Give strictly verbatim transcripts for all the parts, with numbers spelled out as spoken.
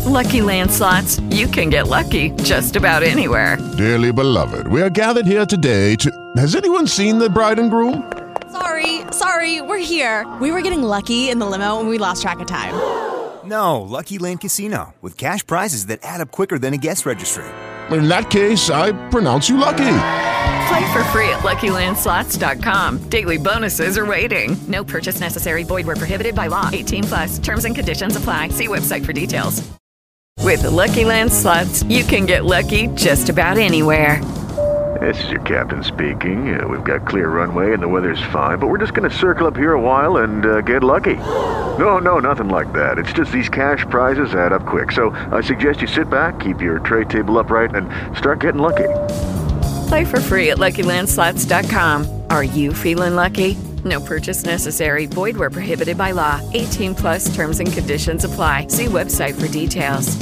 Lucky Land Slots, you can get lucky just about anywhere. Dearly beloved, we are gathered here today to... Has anyone seen the bride and groom? Sorry, sorry, we're here. We were getting lucky in the limo and we lost track of time. No, Lucky Land Casino, with cash prizes that add up quicker than a guest registry. In that case, I pronounce you lucky. Play for free at Lucky Land Slots dot com. Daily bonuses are waiting. No purchase necessary. Void where prohibited by law. eighteen plus. Terms and conditions apply. See website for details. With the Lucky Land Slots, you can get lucky just about anywhere. This is your captain speaking. Uh, we've got clear runway and the weather's fine, but we're just going to circle up here a while and uh, get lucky. No, no, nothing like that. It's just these cash prizes add up quick. So I suggest you sit back, keep your tray table upright, and start getting lucky. Play for free at Lucky Land Slots dot com. Are you feeling lucky? No purchase necessary. Void where prohibited by law. eighteen plus terms and conditions apply. See website for details.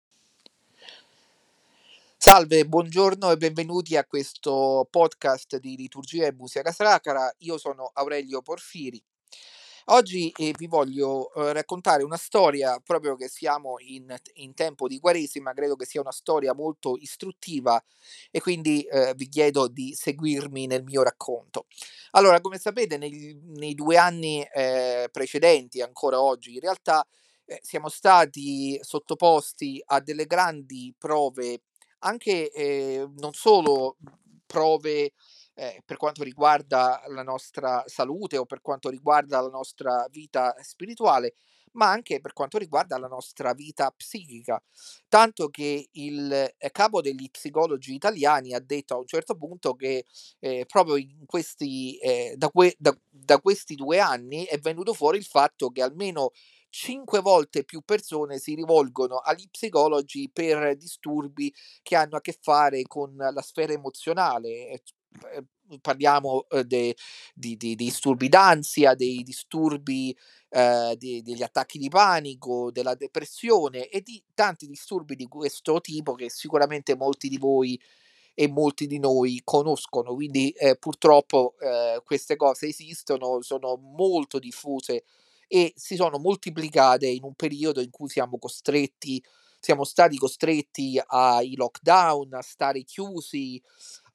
Salve, buongiorno e benvenuti a questo podcast di liturgia e musica sacra. Io sono Aurelio Porfiri. Oggi eh, vi voglio eh, raccontare una storia, proprio che siamo in, in tempo di Quaresima, credo che sia una storia molto istruttiva e quindi eh, vi chiedo di seguirmi nel mio racconto. Allora, come sapete, nei, nei due anni eh, precedenti, ancora oggi in realtà, eh, siamo stati sottoposti a delle grandi prove, anche eh, non solo prove Eh, per quanto riguarda la nostra salute o per quanto riguarda la nostra vita spirituale, ma anche per quanto riguarda la nostra vita psichica. Tanto che il eh, capo degli psicologi italiani ha detto a un certo punto che eh, proprio in questi, eh, da, que- da, da questi due anni è venuto fuori il fatto che almeno cinque volte più persone si rivolgono agli psicologi per disturbi che hanno a che fare con la sfera emozionale. Eh, Parliamo eh, de, di, di, di disturbi d'ansia, dei disturbi eh, di, degli attacchi di panico, della depressione e di tanti disturbi di questo tipo che sicuramente molti di voi e molti di noi conoscono. Quindi eh, purtroppo eh, queste cose esistono, sono molto diffuse e si sono moltiplicate in un periodo in cui siamo costretti, siamo stati costretti ai lockdown, a stare chiusi,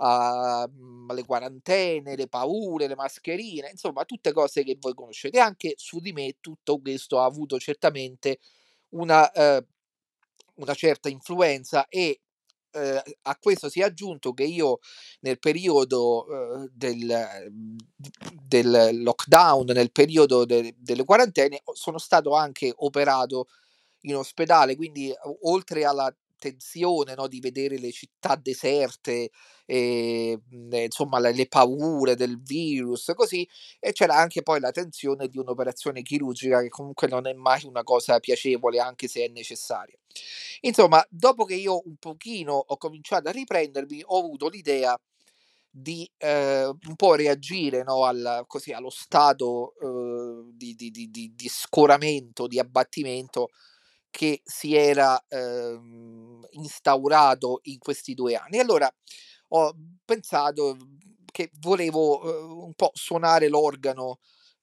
a, mm, alle quarantene, le paure, le mascherine, insomma tutte cose che voi conoscete. Anche su di me tutto questo ha avuto certamente una, eh, una certa influenza e eh, a questo si è aggiunto che io nel periodo eh, del, del lockdown, nel periodo de- delle quarantene, sono stato anche operato in ospedale, quindi o- oltre alla tensione, no, di vedere le città deserte, e, mh, eh, insomma le, le paure del virus, così, e c'era anche poi la tensione di un'operazione chirurgica che comunque non è mai una cosa piacevole, anche se è necessaria. Insomma, dopo che io un pochino ho cominciato a riprendermi, ho avuto l'idea di eh, un po' reagire, no, al, così, allo stato eh, di, di, di, di, di scoramento, di abbattimento che si era ehm, instaurato in questi due anni. Allora ho pensato che volevo eh, un po' suonare l'organo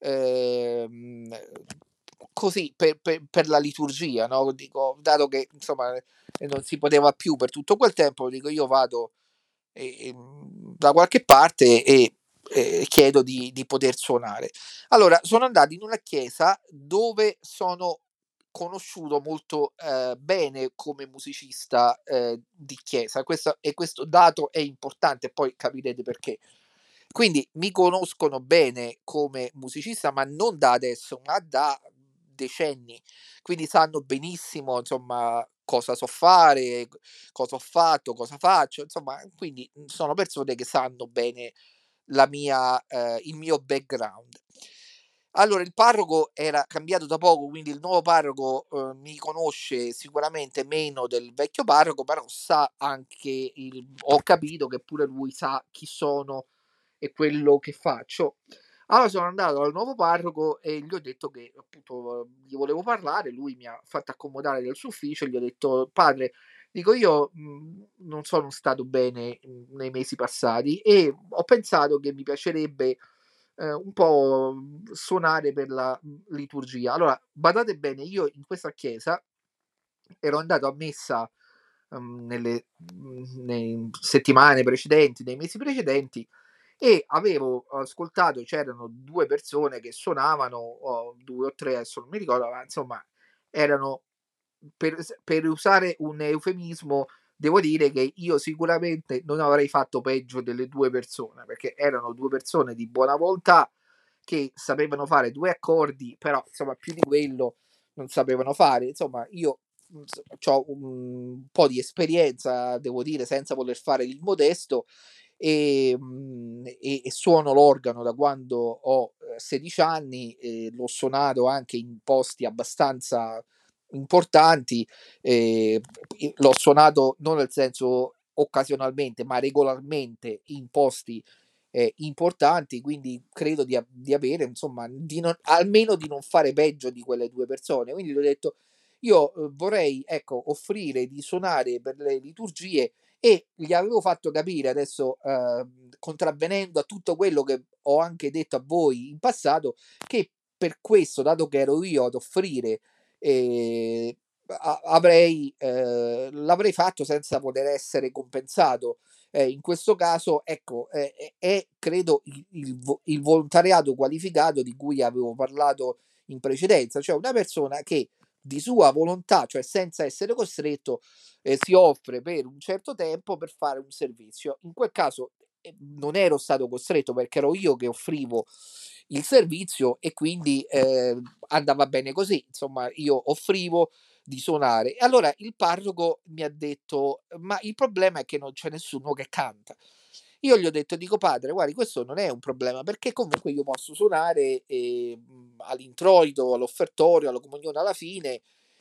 ehm, così per, per, per la liturgia, no? Dico, dato che insomma eh, non si poteva più per tutto quel tempo, dico io vado e, e, da qualche parte e e chiedo di, di poter suonare. Allora sono andato in una chiesa dove sono conosciuto molto eh, bene come musicista eh, di chiesa. Questo, e questo dato è importante, poi capirete perché. Quindi mi conoscono bene come musicista, ma non da adesso, ma da decenni. Quindi sanno benissimo, insomma, cosa so fare, cosa ho fatto, cosa faccio, insomma, quindi sono persone che sanno bene la mia, eh, il mio background. Allora, il parroco era cambiato da poco, quindi il nuovo parroco eh, mi conosce sicuramente meno del vecchio parroco, però sa anche, il, ho capito che pure lui sa chi sono e quello che faccio. Allora sono andato dal nuovo parroco e gli ho detto che appunto gli volevo parlare, lui mi ha fatto accomodare nel suo ufficio e gli ho detto: padre, dico io mh, non sono stato bene mh, nei mesi passati e ho pensato che mi piacerebbe eh, un po' suonare per la mh, liturgia. Allora, badate bene, io in questa chiesa ero andato a messa um, nelle nei settimane precedenti, nei mesi precedenti, e avevo ascoltato, c'erano due persone che suonavano, o due o tre, adesso non mi ricordo, ma insomma erano, per s per usare un eufemismo, devo dire che io sicuramente non avrei fatto peggio delle due persone, perché erano due persone di buona volontà che sapevano fare due accordi, però insomma più di quello non sapevano fare. Insomma, io c'ho un po' di esperienza, devo dire, senza voler fare il modesto, ehm, e e suono l'organo da quando ho, ehm, sedici anni, e l'ho suonato anche in posti abbastanza importanti. ehm, i L'ho suonato non nel senso occasionalmente, ma regolarmente in posti ehm, importanti, quindi credo di a di avere, insomma, di non almeno di non fare peggio di quelle due persone. Quindi gli ho detto: "Io, uhm, vorrei, ecco, offrire di suonare per le liturgie", e gli avevo fatto capire, adesso, uhm, contravvenendo a tutto quello che ho anche detto a voi in passato, che per questo, dato che ero io ad offrire, ehm, a avrei ehm, l'avrei fatto senza poter essere compensato. Ehm, in questo caso, ecco, è è è credo il il vo il volontariato qualificato di cui avevo parlato in precedenza, cioè una persona che di sua volontà, cioè senza essere costretto, ehm, si offre per un certo tempo per fare un servizio. In quel caso, ehm, non ero stato costretto, perché ero io che offrivo il servizio, e quindi, ehm, andava bene così. Insomma, io offrivo di suonare. E allora il parroco mi ha detto: "Ma il problema è che non c'è nessuno che canta". Io gli ho detto, dico: "Padre, guardi, questo non è un problema, perché comunque io posso suonare, ehm, all'introito, all'offertorio, alla comunione alla fine,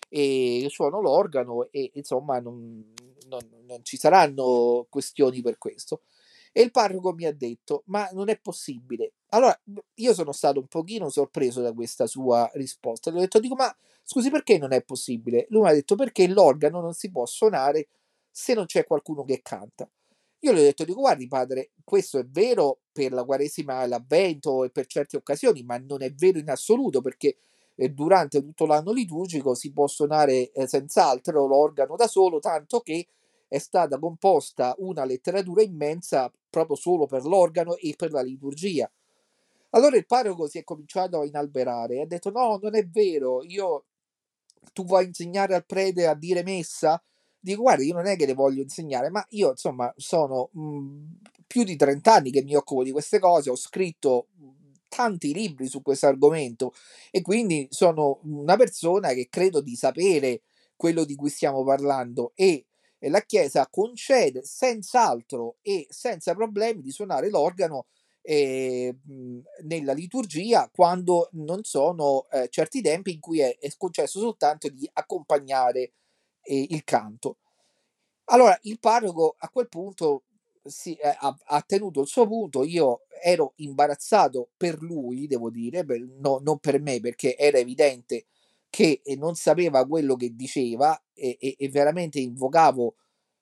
e suono l'organo, e insomma non non non ci saranno questioni per questo". E il parroco mi ha detto: "Ma non è possibile". Allora, b io sono stato un pochino sorpreso da questa sua risposta. Gli ho detto, dico: "Ma scusi, perché non è possibile?" Lui m'ha detto: "Perché l'organo non si può suonare se non c'è qualcuno che canta". Io gli ho detto, dico: "Guardi padre, questo è vero per la Quaresima e l'Avvento e per certe occasioni, ma non è vero in assoluto, perché, ehm, durante tutto l'anno liturgico si può suonare, ehm, senz'altro l'organo da solo, tanto che è stata composta una letteratura immensa proprio solo per l'organo e per la liturgia". Allora il parroco si è cominciato a inalberare e ha detto: "No, non è vero, io tu vuoi insegnare al prete a dire messa?" Dico: "Guarda, io non è che le voglio insegnare, ma io insomma sono, mhmm, più di trenta anni che mi occupo di queste cose, ho scritto, mhmm, tanti libri su questo argomento, e quindi sono una persona che credo di sapere quello di cui stiamo parlando, e e la Chiesa concede senz'altro e senza problemi di suonare l'organo, ehm, mhmm, nella liturgia, quando non sono, ehm, certi tempi in cui è è concesso soltanto di accompagnare, ehm, il canto". Allora il parroco a quel punto si è ha ha tenuto il suo punto. Io ero imbarazzato per lui, devo dire, per no non per me, perché era evidente che, ehm, non sapeva quello che diceva, e e e veramente invocavo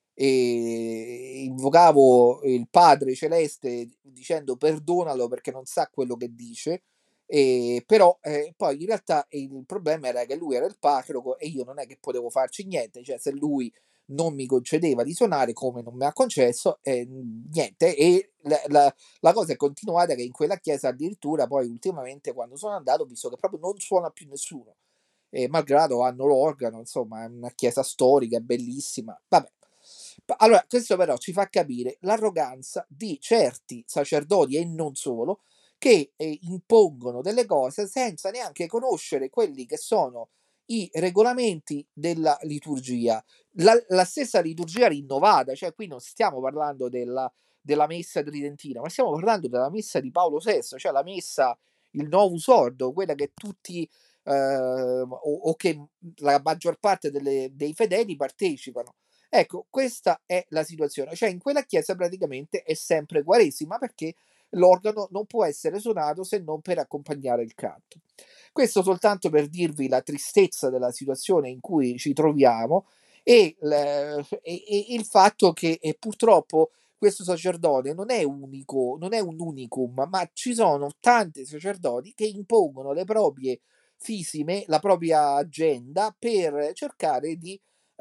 ehm, invocavo il Padre celeste dicendo: "Perdonalo perché non sa quello che dice". Ehm, però, ehm, poi in realtà il problema era che lui era il parroco e io non è che potevo farci niente, cioè se lui non mi concedeva di suonare, come non me l'ha concesso, ehm, niente. E la la la cosa è continuata, che in quella chiesa addirittura poi ultimamente, quando sono andato, ho visto che proprio non suona più nessuno, ehm, malgrado hanno l'organo, insomma è una chiesa storica, è bellissima, vabbè. P Allora questo però ci fa capire l'arroganza di certi sacerdoti, e non solo, che, ehm, impongono delle cose senza neanche conoscere quelli che sono i regolamenti della liturgia. La la stessa liturgia rinnovata, cioè qui non stiamo parlando della della messa tridentina, ma stiamo parlando della messa di Paolo sesto, cioè la messa, il Novus Ordo, quella che tutti, ehm, o o che, mhmm, la maggior parte delle dei fedeli partecipano. Ecco, questa è la situazione, cioè in quella chiesa praticamente è sempre Quaresima, perché l'organo non può essere suonato se non per accompagnare il canto. Questo soltanto per dirvi la tristezza della situazione in cui ci troviamo, e l e e il fatto che, ehm, purtroppo questo sacerdote non è unico, non è un unicum, ma ci sono tanti sacerdoti che impongono le proprie fisime, la propria agenda, per cercare di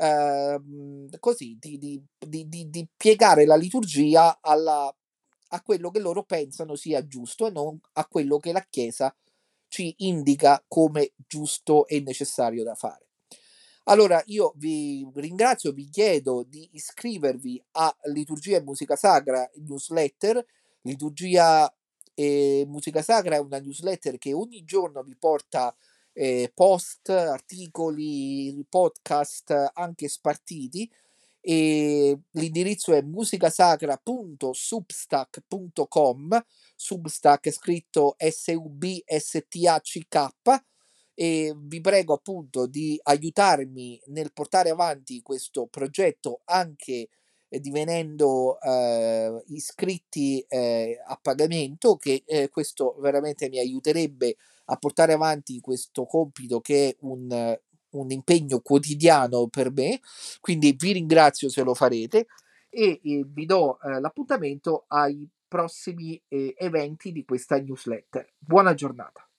ehm, così di, di, di, di, di piegare la liturgia alla, a quello che loro pensano sia giusto e non a quello che la Chiesa ci indica come giusto e necessario da fare. Allora io vi ringrazio, vi chiedo di iscrivervi a Liturgia e Musica Sacra newsletter. Liturgia e Musica Sacra è una newsletter che ogni giorno vi porta eh, post, articoli, podcast anche spartiti, e l'indirizzo è musicasacra punto substack punto com, Substack è scritto S U B S T A C K, e vi prego appunto di aiutarmi nel portare avanti questo progetto anche eh, divenendo eh, iscritti eh, a pagamento, che eh, questo veramente mi aiuterebbe a portare avanti questo compito che è un, un impegno quotidiano per me, quindi vi ringrazio se lo farete e eh, vi do eh, l'appuntamento ai prossimi eh, eventi di questa newsletter. Buona giornata.